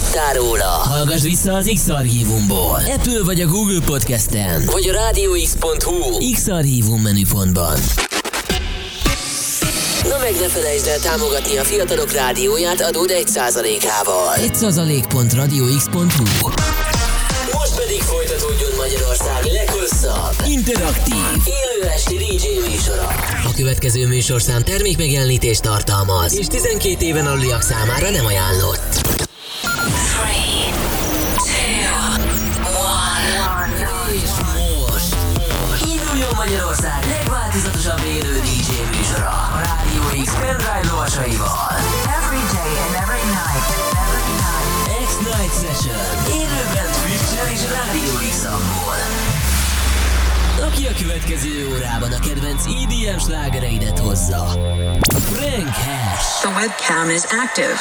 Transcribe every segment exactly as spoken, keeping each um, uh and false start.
hallottál róla, hallgass vissza az X-Archívumból. Apple vagy a Google Podcasten, vagy a rádió x pont hu X-Archívum menüpontban. Na meg ne felejtsd el támogatni a fiatalok rádióját adód egy százalékával. egy százalék pont rádió x pont hu. Most pedig folytatódjon Magyarország leghosszabb, interaktív, élő esti dé dzsé műsora. A következő műsorszám termékmegjelenítést tartalmaz, és tizenkét éven aluliak számára nem ajánlott. három, kettő, egy. És most induljon Magyarország legváltozatosabb élő dé dzsé műsora a Rádió X pendrive lovasaival. Every day and every night, every night. X-Night Session. Élőben Twitch-en és Rádió X-amból. Aki a következő órában a kedvenc é dé em slágereidet hozza. Frank Hash. The webcam is active.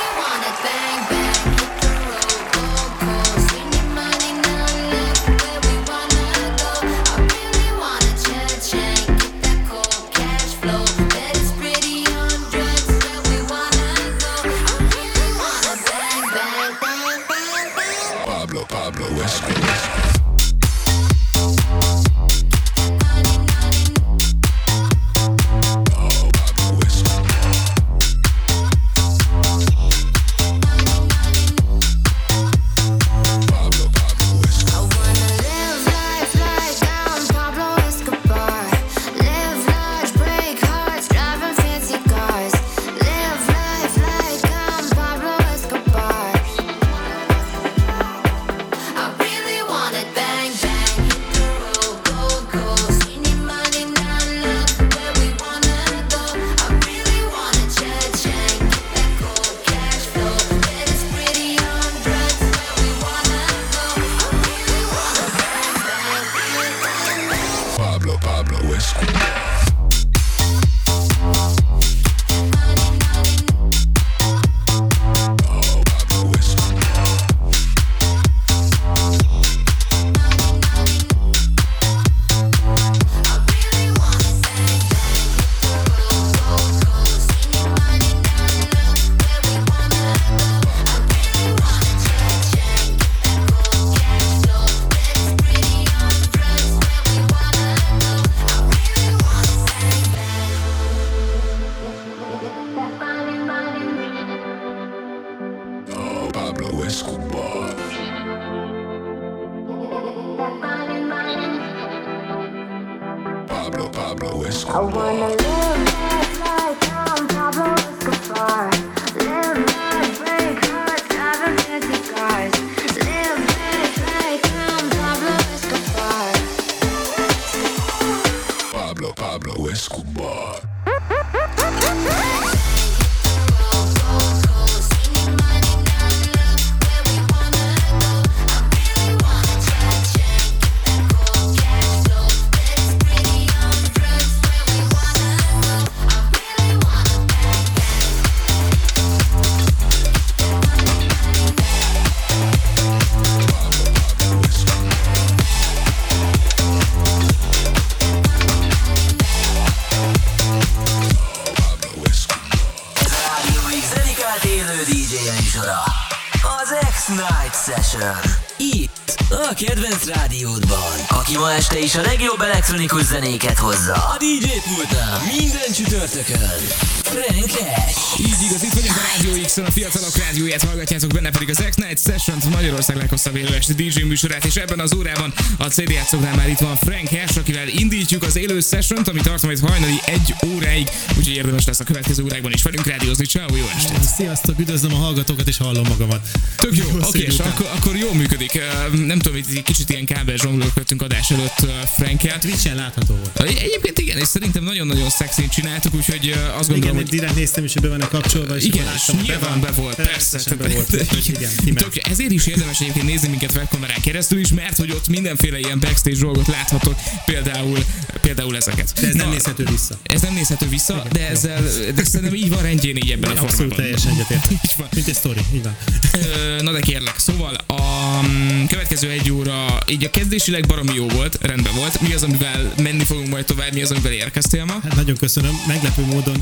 Este is a legjobb elektronikus zenéket hozza. A dé dzsé pultnál minden csütörtökön. Frank Hash. Így igaz, itt vagyunk a Rádió X-on, a fiatalok rádióját hallgatjátok, benne pedig az X-Night Session, Magyarország leghosszabb élő esti dé dzsé műsorát, és ebben az órában a cé dé játszóknál már itt van Frank Hash, akivel indítjuk az élő sessiont, ami tart majd hajnali egy óráig, úgyhogy érdemes lesz a következő órákban is velünk rádiózni. Ciao, jó estét! Sziasztok, üdvözlöm a hallgatókat, és hallom magamat. Tök jó, oké, okay, és akkor, akkor jól működik. Nem tudom, itt kicsit ilyen kábel zsonglőrködtünk adás előtt Frank-el. Twitch-en látható volt. Egyébként igen, és szerintem nagyon-nagyon szexin csináltuk, úgyhogy azt gondolom, igen, hogy... direkt néztem is, hogy be vannak kapcsolva, és igen, láttam, és nyilván be volt, persze. persze be volt, igen, tök, ezért is érdemes egyébként nézni minket webkamerán keresztül is, mert hogy ott mindenféle ilyen backstage dolgot láthatok, például, például ezeket. De ez Na, nem nézhető vissza. Ez nem nézhető vissza, igen, de ezzel, de szerintem így van rendjén így ebben de a formában. Abszolút teljesen egyetértek. Mint egy sztori, így van. Na de kérlek, szóval a következő egy óra, így a kezdésileg baromi jó volt, rendben volt. Mi az, amivel menni fogunk majd tovább, mi az, amivel érkeztél ma? Hát nagyon köszönöm. Meglepő módon ez az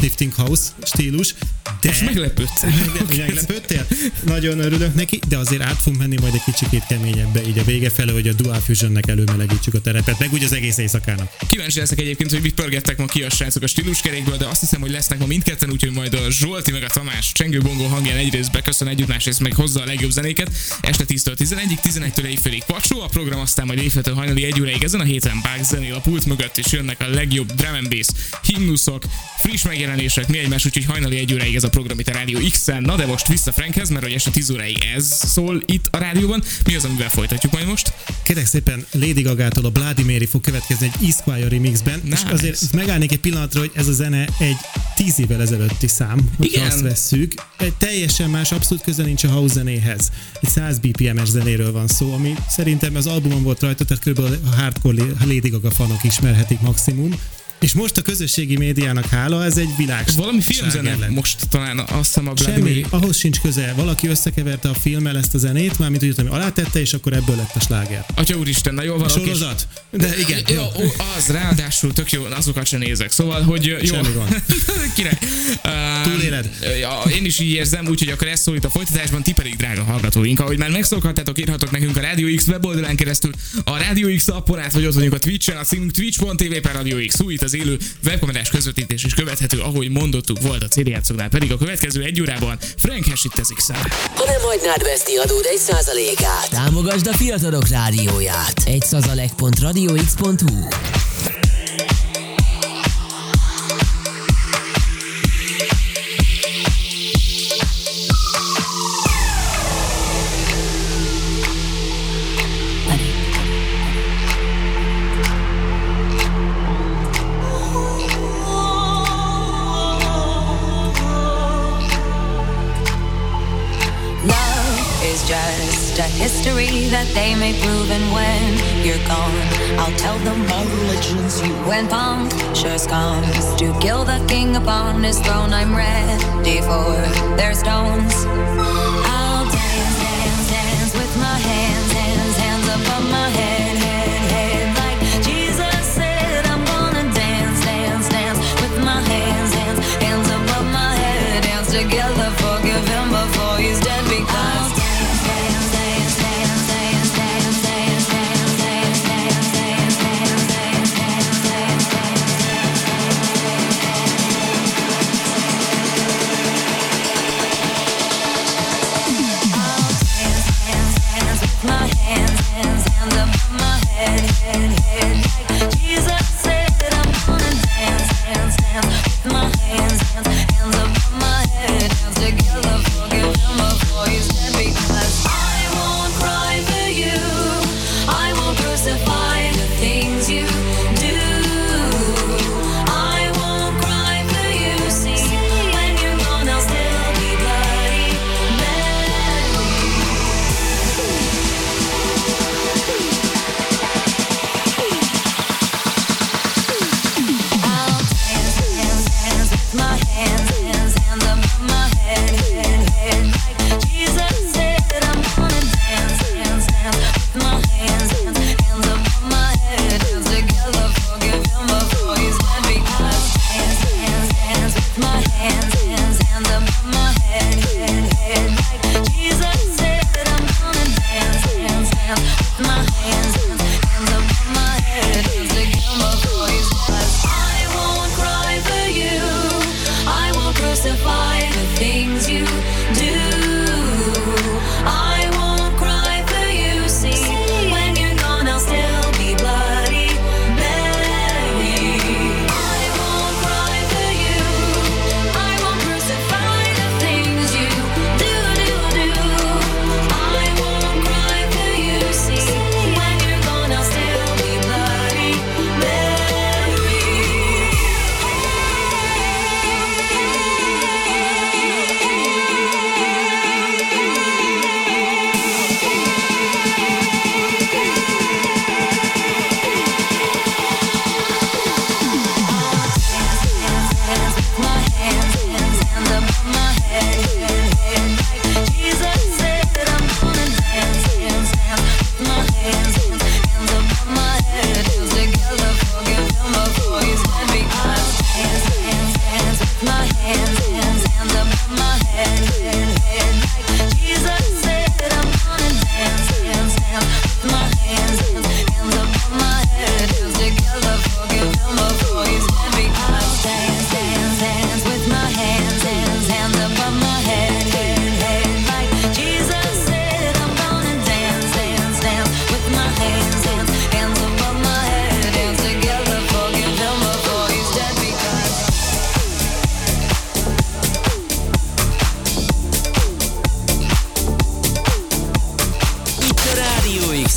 uplifting house stílus, de... Most meglepődtem. Meglepődtél? Nagyon örülök neki, de azért át fogunk menni majd egy kicsikét keményebbe, így a vége felé, hogy a Dual Fusionnek előmelegítsük a terepet, meg úgy az egész éjszakának. Kíváncsi leszek egyébként, hogy mit pörgettek ma ki a srácok a stíluskerékből, de azt hiszem, hogy lesznek ma mindketten, úgyhogy majd a Zsolti meg a Tamás csengőbongó hangján egyrészt beköszön együtt, másrészt meg hozza a legjobb zenéket. Este tíztől tizenegyig, tizenegytől éjfélig Pacsó, a program aztán majd éjféltől hajnali egy óráig ezen a héten Bug zenél a pult mögött, és jönnek a legjobb drum and bass, himnuszok, friss megjelenések, mi egymás, úgyhogy hajnali egy óráig ez a program itt a Rádió X-en. Na de most vissza Frankhez, mert hogy este tíz óráig ez szól itt a rádióban. Mi az, amivel folytatjuk majd most? Kérlek szépen, Lady Gagától a Bloody Mary fog következni egy Esquire remixben, nice. És azért itt megállnék egy pillanatra, hogy ez a zene egy tíz évvel ezelőtti szám, hogyha azt vesszük. Egy teljesen más, abszolút köze nincs a house zenéhez. Egy száz bé pé em-es zenéről van szó, ami szerintem az albumon volt rajta, tehát körülbelül a hardcore Lady Gaga fanok ismerhetik maximum. És most a közösségi médiának hála, ez egy világ. Valami filmzene most talán, azt hiszem a Bloody Mary. Ahhoz sincs köze. Valaki összekeverte a filmmel ezt a zenét, mármint úgy, ami alátette, és akkor ebből lett a sláger. Atya úristen, na jól van. Sorozat. De igen. Jó, jó, az ráadásul tök jó, azokat sem nézek. Szóval, hogy jó. Semmi van. Király. Túléled. Uh, én is így érzem, úgyhogy akkor ez szól itt a folytatásban, ti pedig drága hallgatóink. Ahogy már megszokhattátok, írhatok nekünk a Rádió X weboldalán keresztül, a Rádió X appon át, vagy ott vagyunk a Twitch-en, a címünk twitch pont tv per Rádió X. Új, itt az élő webkamerás közvetítés is követhető, ahogy mondottuk, volt a cé dé játszóknál, pedig a következő egy órában Frank hessittezik szám. Ha nem hagynád veszni adód egy százalékát, támogasd a fiatalok rádióját. egy százalék pont radio x pont hu. Just a history that they may prove, and when you're gone, I'll tell them my religion's you. When punctures comes to kill the king upon his throne, I'm ready for their stones. I'll dance, dance, dance with my hands, hands, hands above my head, head, head. Like Jesus said, I'm gonna dance, dance, dance with my hands, hands, hands above my head. Dance together, forgive him before he's dead, because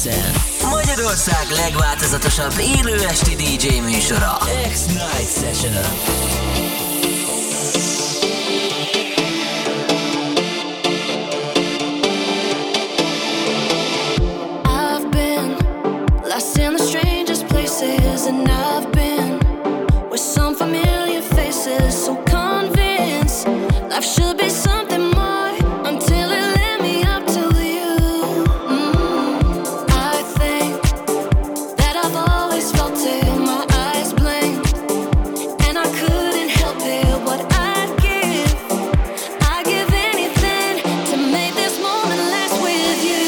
X-en. Magyarország legváltozatosabb élő esti dé dzsé műsora. X-Night Session. And I've been with some familiar faces, so convinced life should be something more until it led me up to you. Mm, I think that I've always felt it, my eyes blank, and I couldn't help it. What I'd give, I'd give anything to make this moment last with you.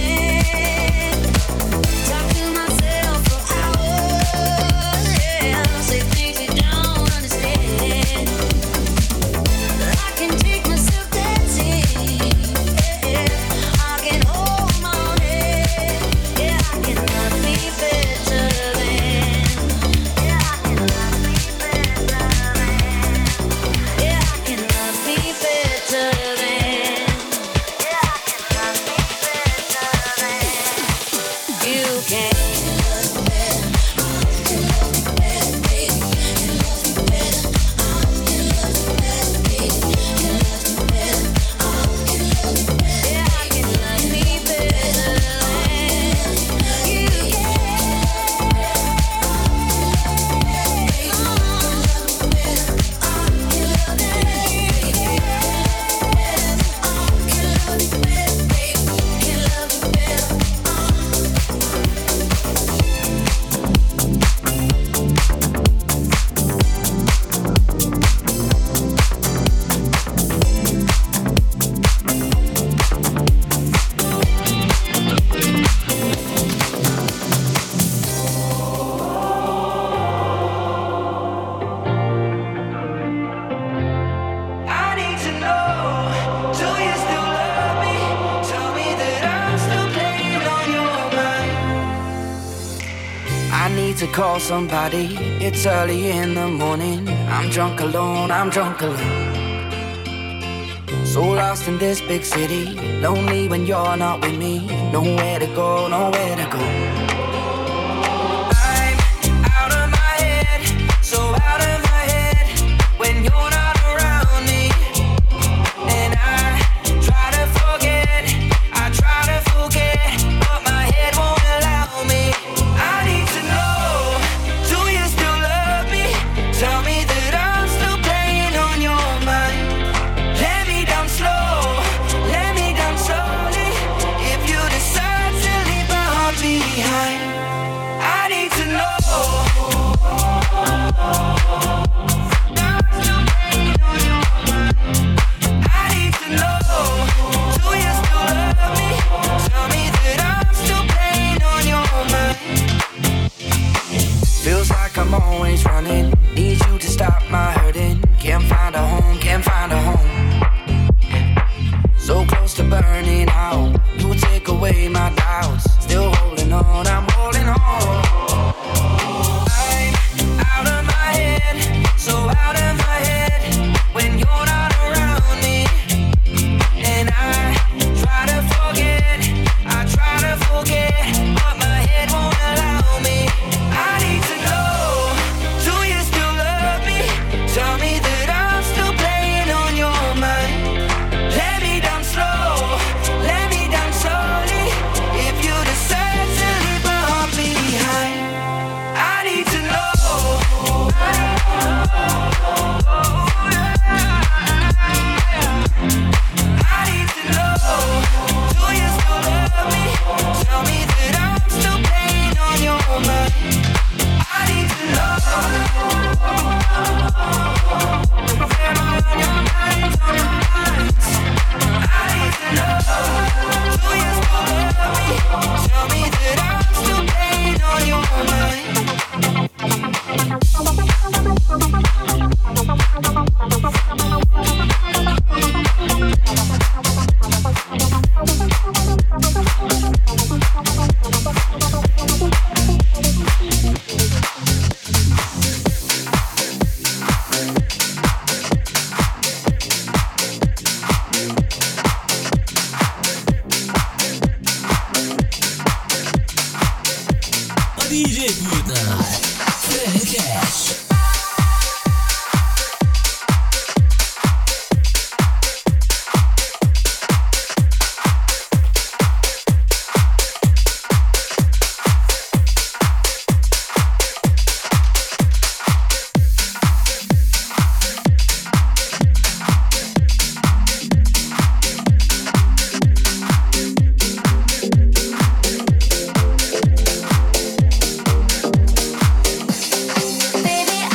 Yeah. I need to call somebody, it's early in the morning. I'm drunk alone, I'm drunk alone. So lost in this big city, lonely when you're not with me. Nowhere to go, nowhere to go. I'm out of my head, so out of my head when you're not around me. And I try to forget, I try to forget, but my head won't allow me. I need to know, do you still love me? Tell me that I'm still playing on your mind. Let me down slow, let me down slowly. If you decide to leave my heart behind, I need to know. I'm still playing on your mind. I need to know, do you still love me? Tell me that I'm still playing on your mind. Feels like I'm always running, need you to stop my hurting. Can't find a home, can't find a home. So close to burning out, you take away my doubts. Still holding on, I'm holding on. I'm out of my head, so out of my head when you're not around me. And I try to forget, I try to forget, but my head won't allow me. I need to know, do you still love me? Tell me that I'm still playing on your mind. Let me down slow, let me down slowly. If you decide to leave my heart behind, I need to know. I need to know, do you still love me? Tell me that I'm still playing on your mind. I need to know. Am I on your mind, on your mind? I need to know, do you still love me? Tell me that I'm still playing on your mind. A dé dzsé pultnál Frank Cash. Baby,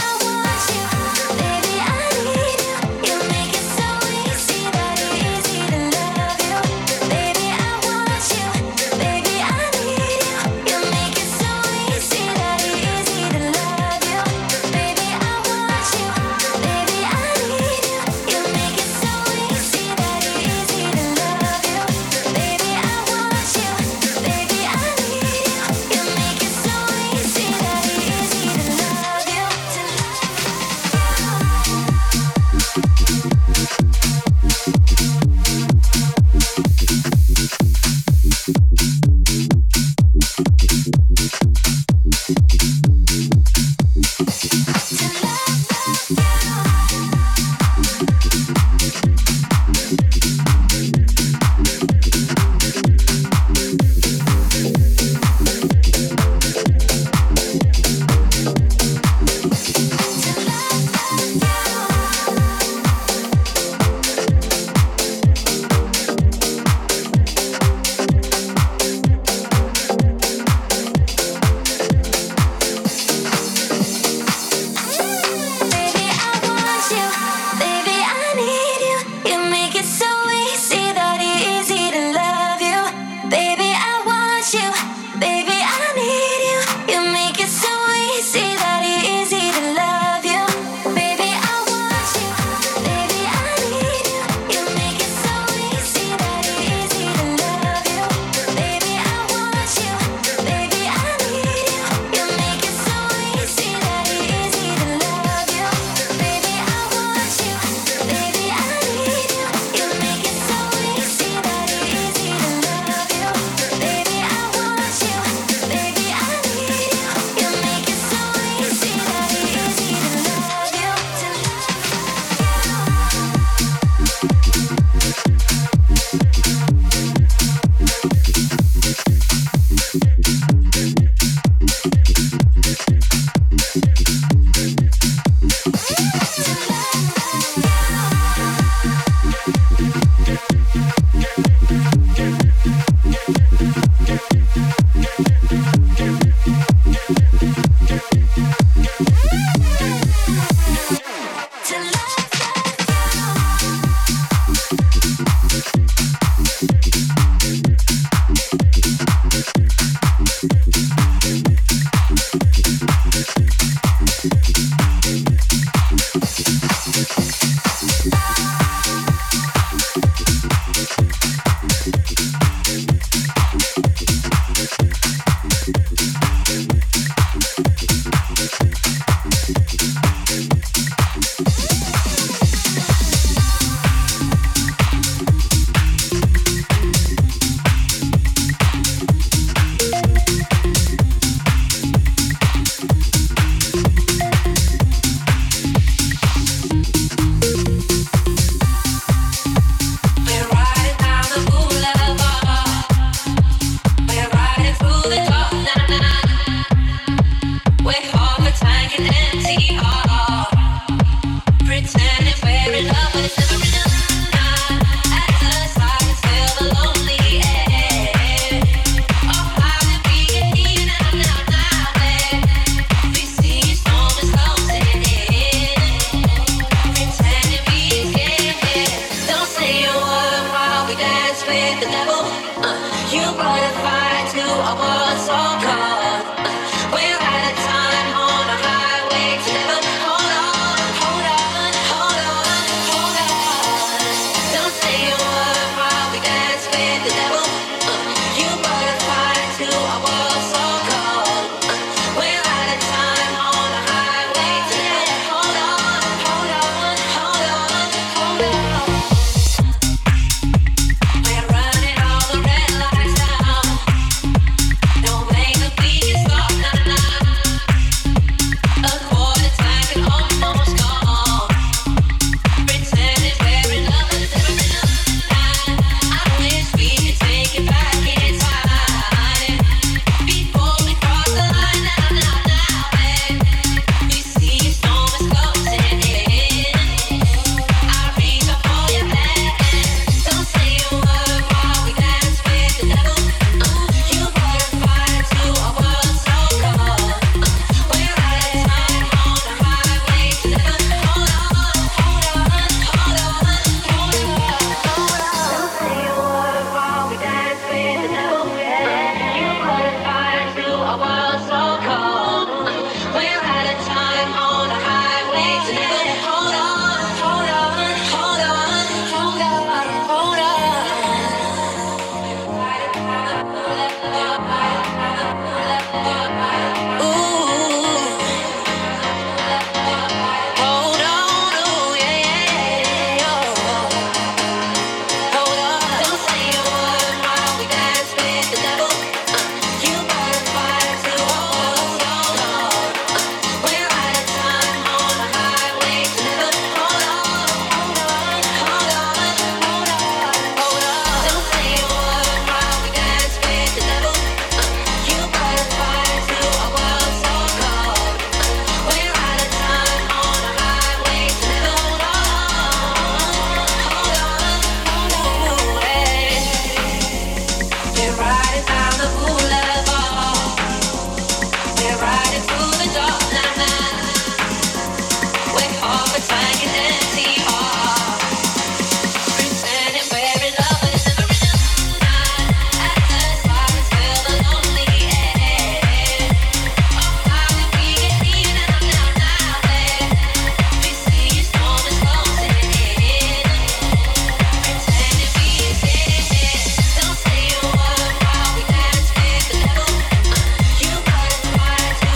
Try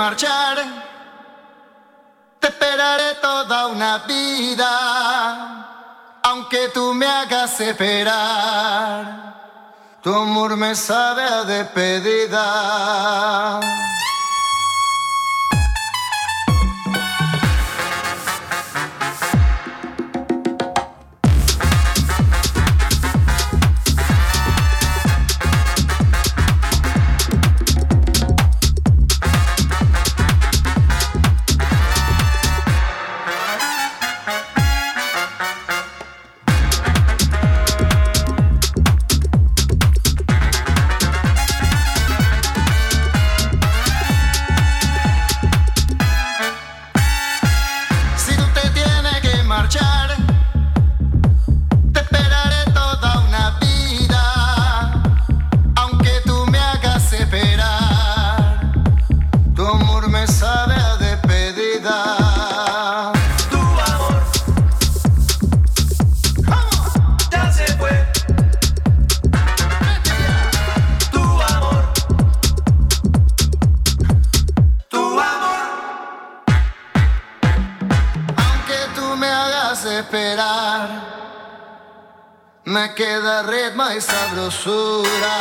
marchar, te esperaré toda una vida, aunque tú me hagas esperar, tu amor me sabe a despedida. Me queda ritmo y sabrosura.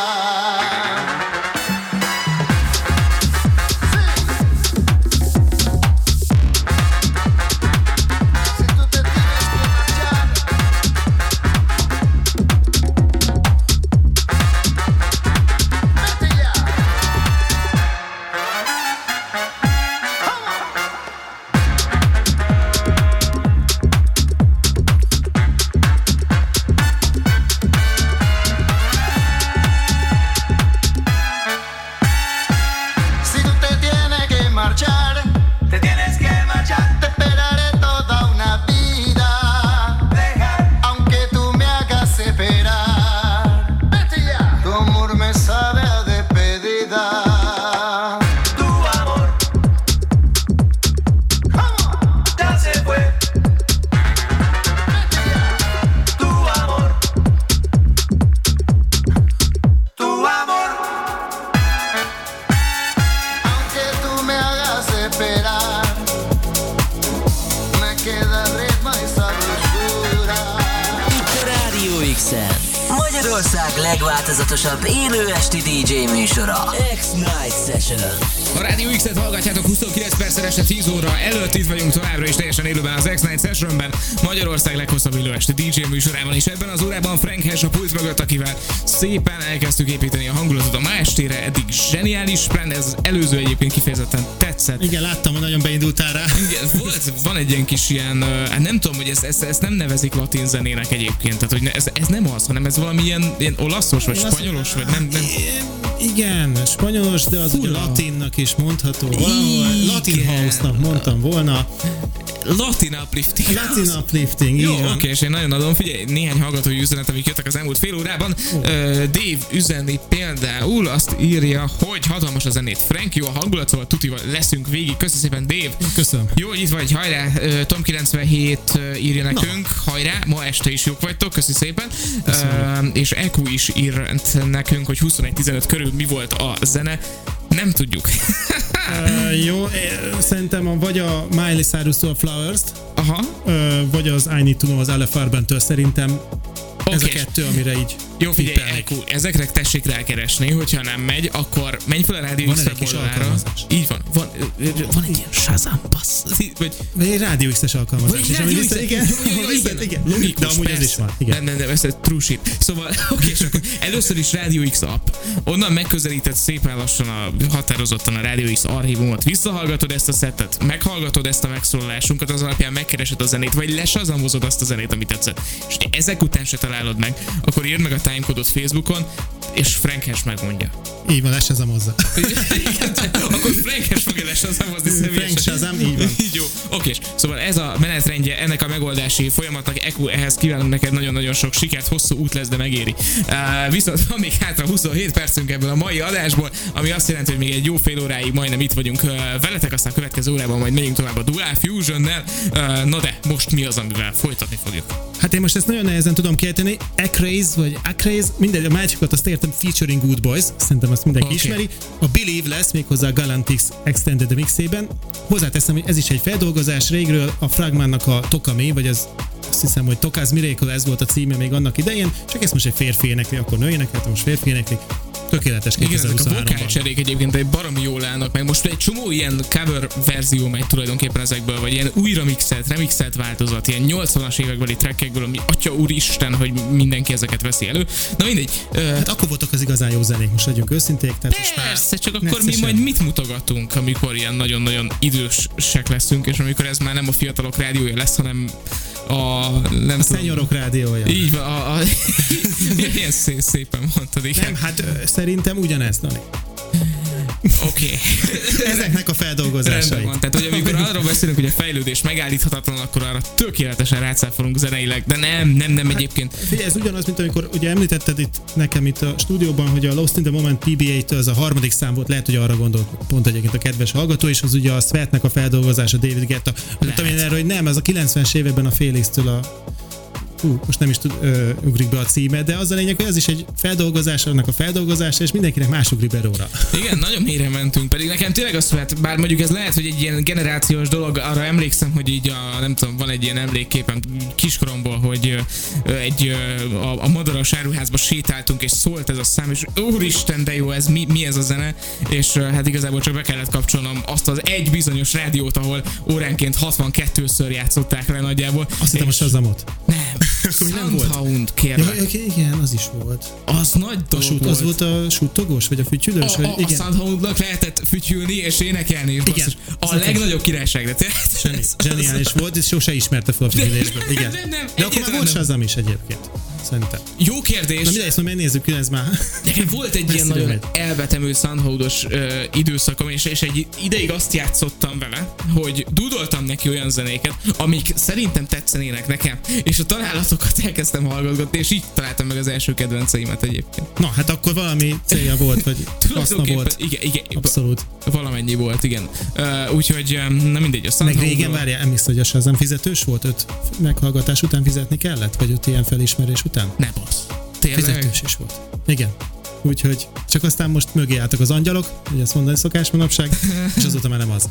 Magyarország legváltozatosabb élő esti dé dzsé műsora, X-Night Session. A Rádió X-et hallgatjátok huszonkilenc perccel este tíz óra előtt, itt vagyunk továbbra is teljesen élőben az X-Night Sessionben, Magyarország leghosszabb élő esti dé dzsé műsorában, és ebben az órában Frank Hash a pult mögött, akivel szépen elkezdtük építeni a hangulatot a ma estére, eddig zseniális plan, ez az előző egyébként kifejezetten tetszett. Igen, láttam, hogy nagyon beindultál rá. Igen, volt, van egy ilyen kis ilyen, hát nem tudom, hogy ezt, ezt, ezt nem nevezik latin zenének egyébként, tehát hogy ez, ez nem az, hanem ez valami ilyen, ilyen olaszos, vagy spanyolos, vagy nem, nem. Igen, spanyolos, de az ugye latinnak is mondható valahol. Latin house-nak mondtam volna. Latin uplifting. Latin uplifting, jó, így van. oké, és én nagyon adom, figyelj, néhány hallgatói üzenet, amik jöttek az elmúlt fél órában. Oh. Uh, Dave üzenni például azt írja, hogy hatalmas a zenét. Frank, jó a hangulat, szóval tutival leszünk végig. Köszönöm szépen, Dave. Köszönöm. Jó, hogy itt vagy, hajrá. Uh, Tom kilencvenhét írja nekünk, no. Hajrá, ma este is jók vagytok, köszi szépen. Uh, és Eku is írt nekünk, hogy huszonegy tizenöt körül mi volt a zene. Nem tudjuk. uh, jó, szerintem a, vagy a Miley Cyrus-tól a Flowers-t, aha. Uh, vagy az I Need to Know az Ale Farben-től, szerintem okay. Ez a kettő, amire így jó, figyelj, Eku, ezekre tessék rákeresni, hogyha nem megy, akkor menj fel a Rádió X weboldalra. Így van, van, van egy ilyen Shazam passz. Vagy, vagy egy Rádió X-es alkalmazás. Vagy egy Rádió X-es, igen, igen, igen. Logikus, de amúgy ez is van. Igen. Nem, nem, nem, ez true shit. Szóval, oké, és akkor először is Rádió X app. Onnan megközelített szépen lassan a, határozottan a Rádió X archívumot. Visszahallgatod ezt a szettet, meghallgatod ezt a megszólalásunkat, az alapján megkeresed a zenét, vagy lesazamozod azt a zenét, amit tetszett. És ezek után se találod meg, akkor írd meg a timecode-ot Facebookon, és Frank Hash megmondja. Így van, lesazamozza. Akkor Frank Hash fogja lesazamozni személyesen. Frank Shazam, így van. Jó, oké, szóval ez a menetrendje ennek a megoldási folyamatnak. Eku, ehhez kívánunk neked nagyon-nagyon sok sikert, hosszú út lesz, de megéri. Uh, viszont van még hátra huszonhét percünk ebből a mai adásból, ami azt jelenti, hogy még egy jó fél óráig majdnem itt vagyunk uh, veletek, aztán a következő órában majd megyünk tovább a Dual Fusionnel. Uh, na de, most mi az, amivel folytatni fogjuk? Hát én most ezt nagyon nehezen tudom kiejteni. Acraze, vagy Acraze, mindegy, a másikat azt értem, Anthem featuring Good Boys, szerintem azt mindenki okay. ismeri. A Believe lesz méghozzá a Galantix Extended mixében. Hozzáteszem, hogy ez is egy feldolgozás régről, a Fragmannak a Tokame, vagy az azt hiszem, hogy Toka's Miracle, ez volt a címe még annak idején, csak ezt most egy férfi énekli, akkor nő énekelt, most férfi énekli. Tökéletes kétezer-huszonháromban. Igen, ezek a vokálcserék egyébként egy baromi jól állnak meg. Most egy csomó ilyen cover verzió megy tulajdonképpen ezekből, vagy ilyen újra mixelt, remixelt változat, ilyen nyolcvanas évekbeli trackekből, ami atya úristen, hogy mindenki ezeket veszi elő. Na mindegy. Hát akkor voltak az igazán jó zenék, most legyünk őszinték. Tehát persze, csak akkor mi majd mit mutogatunk, amikor ilyen nagyon-nagyon idősek leszünk, és amikor ez már nem a fiatalok rádiója lesz, hanem a... Nem a szenyorok rádiója. Így van, a... a ilyen szép, szépen mondtad, igen. Nem, hát szerintem ugyanez, Dani. Oké. Okay. Ezeknek a feldolgozásai. Van. Tehát, hogy amikor arról beszélünk, hogy a fejlődés megállíthatatlan, akkor arra tökéletesen rácáfolunk zeneileg, de nem, nem, nem hát, egyébként. Figyelj, ez ugyanaz, mint amikor ugye említetted itt nekem itt a stúdióban, hogy a Lost in the Moment pé bé á-től az a harmadik szám volt, lehet, hogy arra gondolt pont egyébként a kedves hallgató, és az ugye a Sweatnek a feldolgozása, David Guetta. Mondtam én erről, hogy nem, ez a kilencvenes években a Félix-től a Hú, most nem is tud, ö, ugrik be a címe, de az a lényeg, hogy ez is egy feldolgozás, annak a feldolgozása, és mindenkinek más ugrik be róla. Igen, nagyon mélyre mentünk, pedig nekem tényleg azt vett, bár mondjuk ez lehet, hogy egy ilyen generációs dolog, arra emlékszem, hogy így a, nem tudom, van egy ilyen emlékképem kiskoromból, hogy ö, egy ö, a, a madaras áruházba sétáltunk, és szólt ez a szám, és úristen, de jó, ez mi, mi ez a zene, és ö, hát igazából csak be kellett kapcsolnom azt az egy bizonyos rádiót, ahol óránként hatvankettőször játszották le nagyjából. Azt hittem a Shazamot. Nem. Soundhound, kérlek. Ja, igen, az is volt. Az nagy dolog volt. Az volt a suttogós, vagy a fütyülős? A, a, a Soundhoundnak lehetett fütyülni és énekelni. És igen. A legnagyobb királyság, de tényleg. Zseniális volt, és sose ismerte fel a fütyülésből. Igen. Nem, nem, de akkor már volt Shazam is egyébként. Szerintem. Jó kérdés. Na mindegy, ezt majd megnézzük, ez már. Nekem volt egy ilyen nagyon megy. elvetemű Soundhoundos uh, időszakom, és, és egy ideig azt játszottam vele, hogy dudoltam neki olyan zenéket, amik szerintem tetszenének nekem, és a találatokat elkezdtem hallgatni, és így találtam meg az első kedvenceimet egyébként. Na, hát akkor valami célja volt, vagy haszna volt. Igen, igen. Abszolút. Valamennyi volt, igen. Uh, úgyhogy, na mindegy, a Soundhound. Meg régen, várjál, emlékszel, hogy a Shazam fizetős volt? Öt meghallgatás után fizetni kellett? Vagy öt ilyen felismerés után? Ne basz. Tényleg? Fizetős is volt. Igen. Úgyhogy csak aztán most mögé álltak az angyalok, hogy ezt mondani szokás manapság, és azóta már nem az.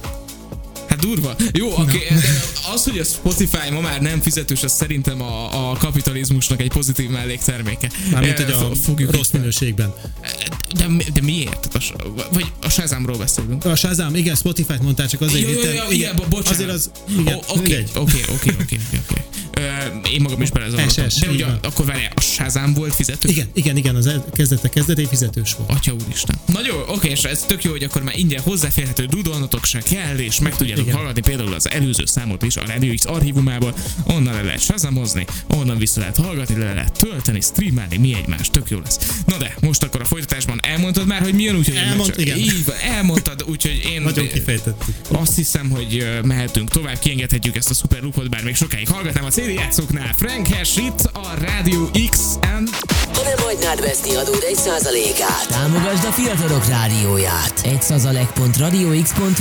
Hát durva. Jó, oké. Okay. Az, hogy a Spotify ma már nem fizetős, az szerintem a, a kapitalizmusnak egy pozitív mellékterméke. Mármint, hogy a Fogjuk rossz minőségben. De, de miért? Vagy a Shazamról beszélünk. A Shazam, igen, Spotify-t mondtál, csak azért. Jó, jó, jó, igen, igen, bocsánat. Azért az, igen, oké, oké, oké, oké, oké. Én magam is belezavarodtam. De ugye akkor várjál, a Shazam volt fizetős? Igen, igen, igen, az kezdete kezdetén fizetős volt. Atya úristen. Na jó, oké, és ez tök jó, hogy akkor már ingyen hozzáférhető, dudolnotok se kell, és meg tudjátok hallgatni például az előző számot is a Radio X archívumából, onnan le lehet shazamozni, onnan vissza lehet hallgatni, le lehet tölteni, streamelni, mi egymás, tök jó lesz. Na de, most akkor a folytatásban elmondtad már, hogy mi jön, úgyhogy Elmond, csak, igen. Így van, elmondtad, úgyhogy én nagyon kifejtettük. Azt hiszem, hogy mehetünk tovább, kiengedhetjük ezt a szuper loopot, bár még sokáig hallgatnám a cé dé játszóknál. Frank Hash itt a Radio X-en. Ha nem hagynád veszni adód egy százalékát, támogasd a fiatalok rádióját. egy százalék pont radio x pont hu.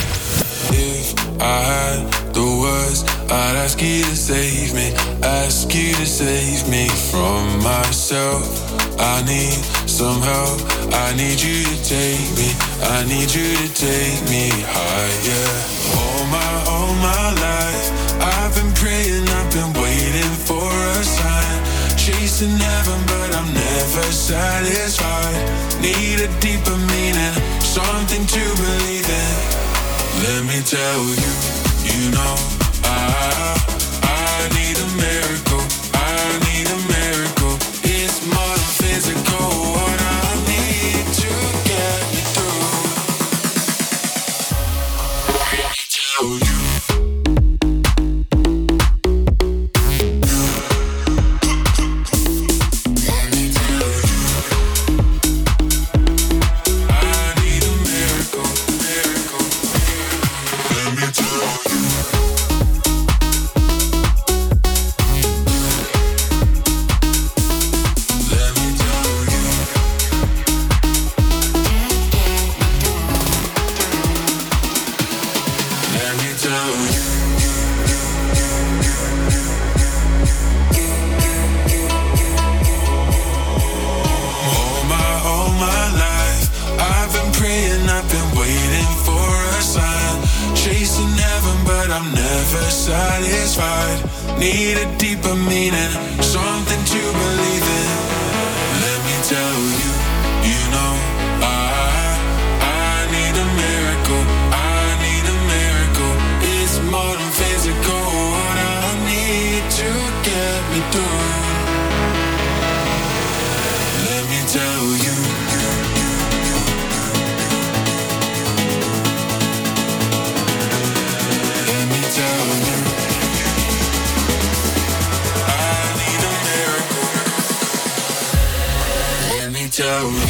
If I had the words, I'd ask you to save me, ask you to save me from myself. I need some help, I need you to take me, I need you to take me higher. All my, all my life, I've been praying, I've been waiting for a sign. Chasing heaven, but I'm never satisfied. Need a deeper meaning, something to believe in. Let me tell you, you know, I, I need a miracle, I need a miracle. It's more than physical, what I need to get me through. Let me tell you. Tell I'm never satisfied. Need a deeper meaning, something to believe in. Let me tell you, you know I, I need a miracle. I need a miracle. It's more than physical. What I need to get me through. Let me tell you. Tell you.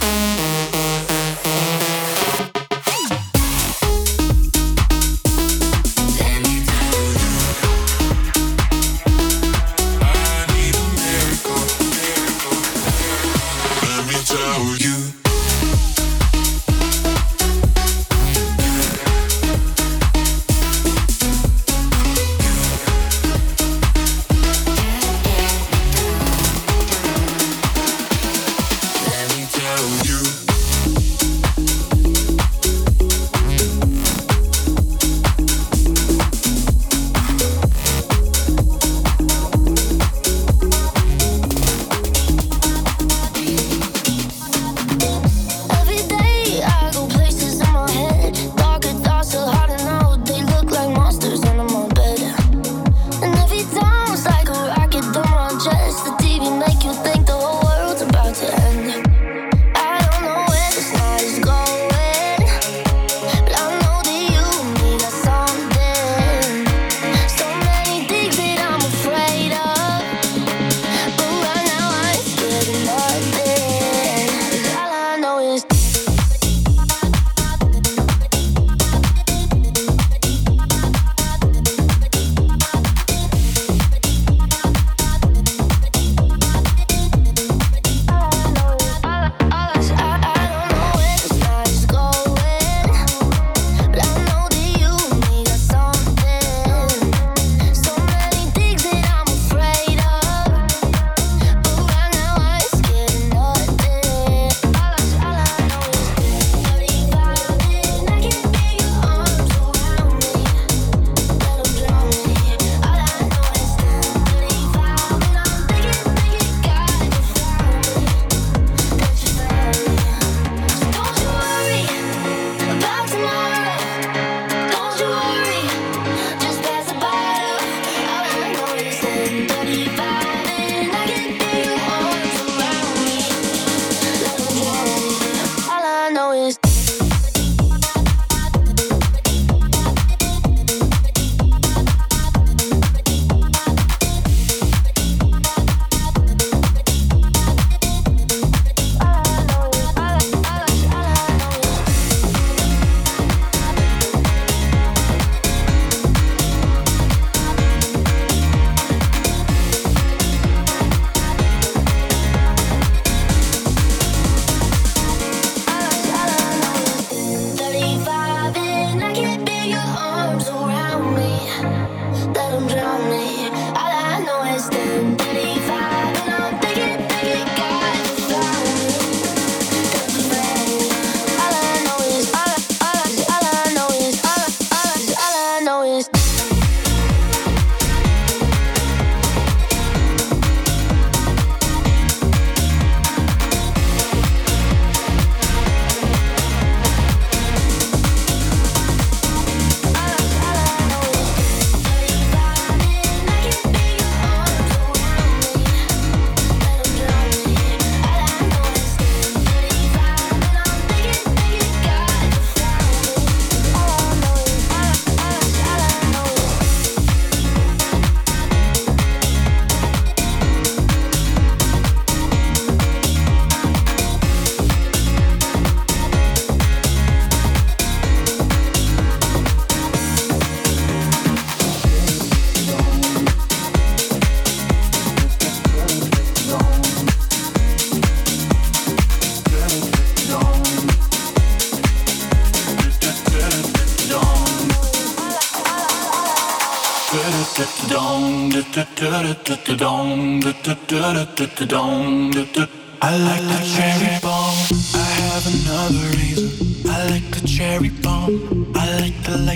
I like the cherry bomb. I have another reason. I like the cherry bomb. I like the light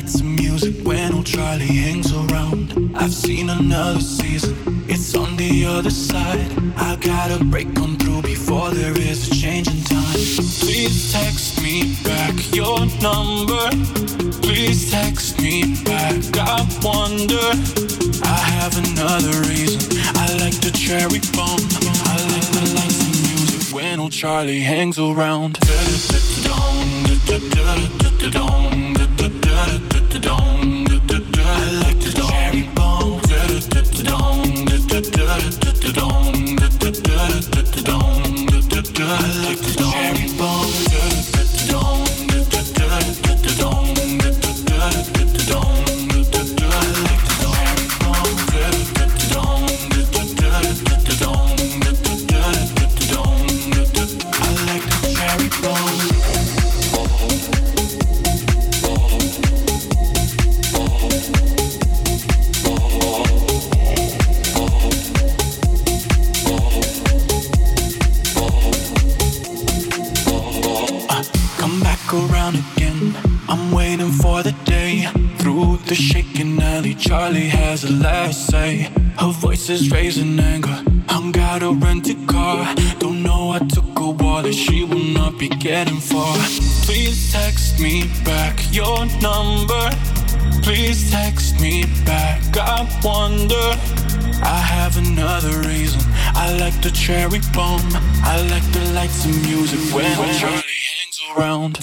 lights and music when old Charlie hangs around. I've seen another season, it's on the other side. I gotta break on through before there is a change in time. Please text me back your number. Please text me back, I wonder. I have another reason, I like the cherry bomb. I like the lights and music when old Charlie hangs around. I like the cherry bomb. I like the cherry bomb. I like the cherry bomb. The shaking alley, Charlie has a last say. Her voice is raising anger. Hung out a rented car. Don't know I took a wallet she will not be getting far. Please text me back your number. Please text me back, I wonder. I have another reason, I like the cherry bomb. I like the lights and music when Charlie hangs around.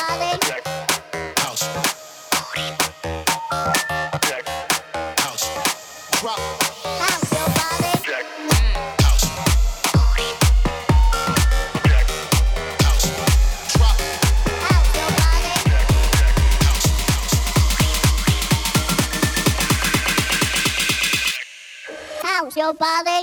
Your body.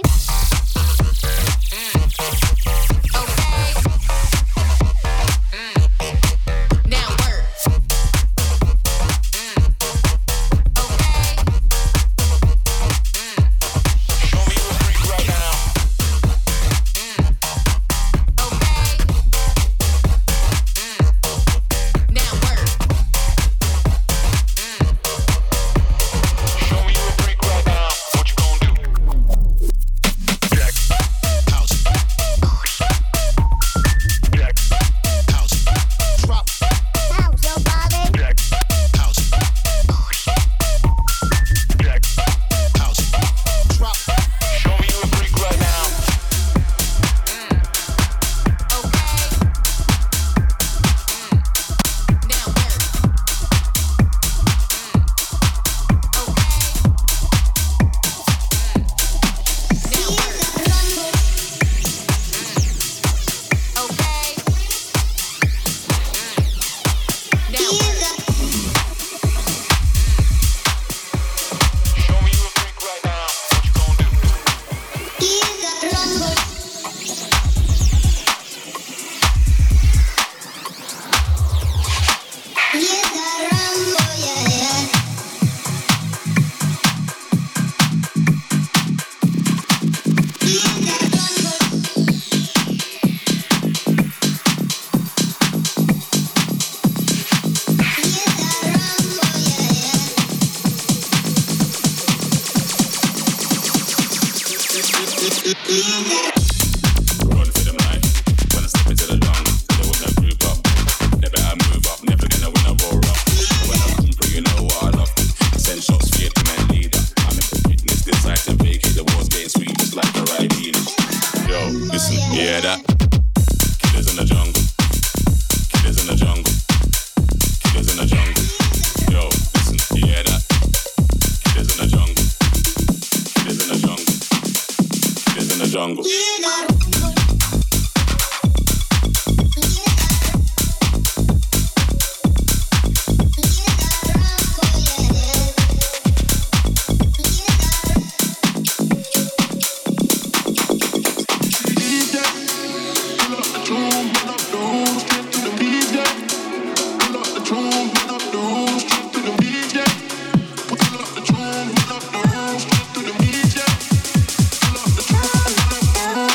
Straight to the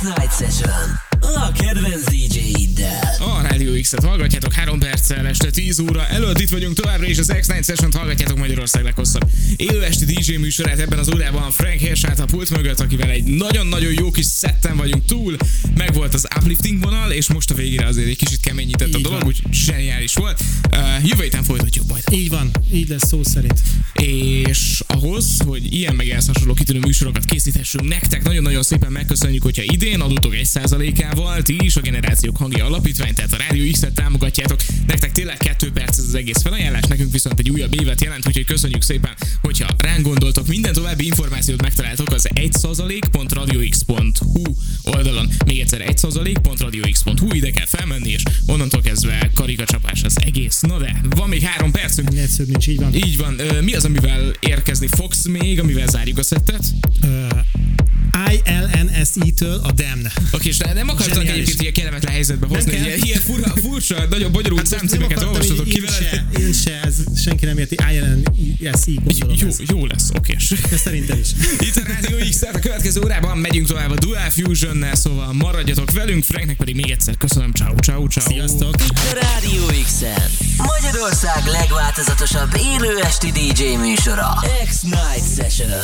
X-Night Session. A kedvenc dé dzsé-iddel. A Rádió X-et hallgatjátok három perccel este tíz óra előtt. Itt vagyunk továbbra is, az X-Night Session-t hallgatjátok, Magyarország leghosszabb élő esti dé dzsé műsorát. Ebben az órában Frank Hirsch állt a pult mögött, akivel egy nagyon-nagyon jó kis szetten vagyunk túl. Megvolt az uplifting vonal, és most a végére azért egy kicsit keményített a így dolog, van. úgyhogy zseniális volt. Uh, jövő héten folytatjuk majd. Így van, így lesz szó szerint. És ahhoz, hogy ilyen meg ehhez hasonló kitűnő műsorokat készíthessünk nektek, nagyon-nagyon szépen megköszönjük, hogyha idén adótok egy százalékával ti is a Generációk Hangja Alapítvány, tehát a Rádió X-et támogatjátok. Nektek tényleg kettő perc ez az egész felajánlás, nekünk viszont egy újabb évet jelent, úgyhogy köszönjük szépen, hogyha ránk gondoltok. Minden további információt megtaláltok az egy százalék pont radiox pont hu oldalon. Még egyszer egy százalék pont radiox pont hu, ide kell felmenni, és onnantól kezdve karikacsapás az egész. Na de, van még három percünk. Egyszerűbb nincs, így van. Így van. Ö, mi az, amivel érkezni fogsz még, amivel zárjuk a szettet? Uh, I L N S I-től a Damn. Oké, és nem akartak egyébként ilyen kellemetlen helyzetbe hozni, ilyen, ilyen fura, furcsa, nagyon bonyolult hát számcímeket olvastatok ki vele. Én se, ez senki nem érti, I L N S I, gondolom jó, ez. jó lesz, okés. De szerintem is. Itt a Rádió X, a következő órában megyünk tovább a Dual Fusionnel, szóval maradjatok velünk, Franknek pedig még egyszer köszönöm, ciao, ciao, ciao. Sziasztok. Itt a Rádió X-en Magyarország legváltozatosabb élő esti dé dzsé műsora, X-Night Session.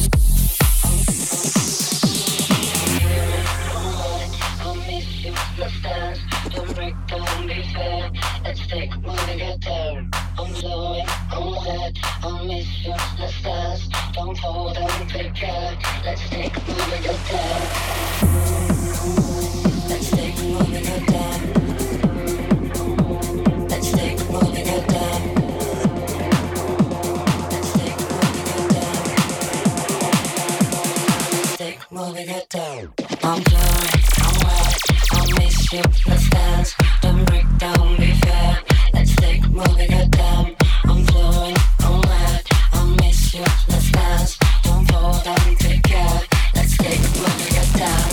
Don't break down, be fair. Let's take more to get there. I'm glowing, I'm wet. I'll miss you, the stars. Don't hold on, take care. Let's take more to get there. Let's take more to get there. Let's take more to get there. Let's take more to get there. Let's take more to get there. I'm glowing, I'm wet. I'll miss you, the stars. Don't break down, be fair. Let's take more to get down. I'm glowing, I'm wet. I'll miss you, the stars. Don't hold on, take care. Let's take more to get down.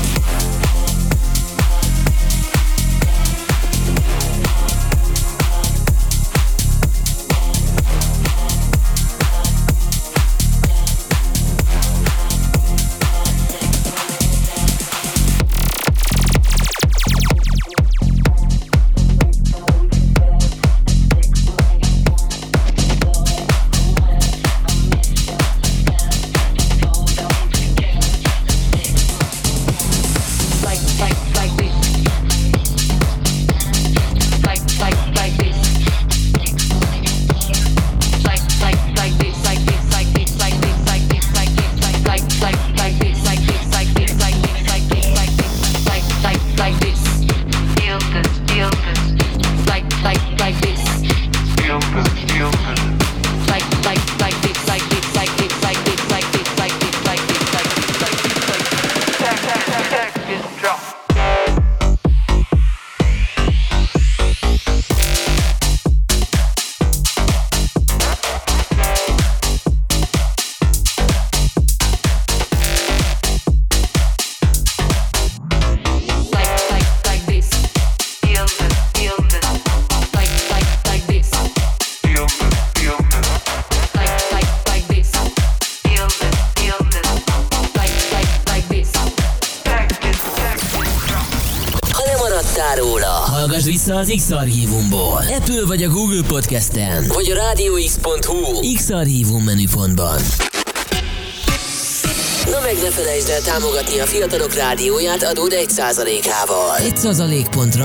Hallgass vissza az X-Archívumból. Apple vagy a Google Podcasten, vagy a rádióx pont hu X-Archívum menüpontban. Na meg ne felejtsd el támogatni a fiatalok rádióját adód egy százalékával. egy százalék pont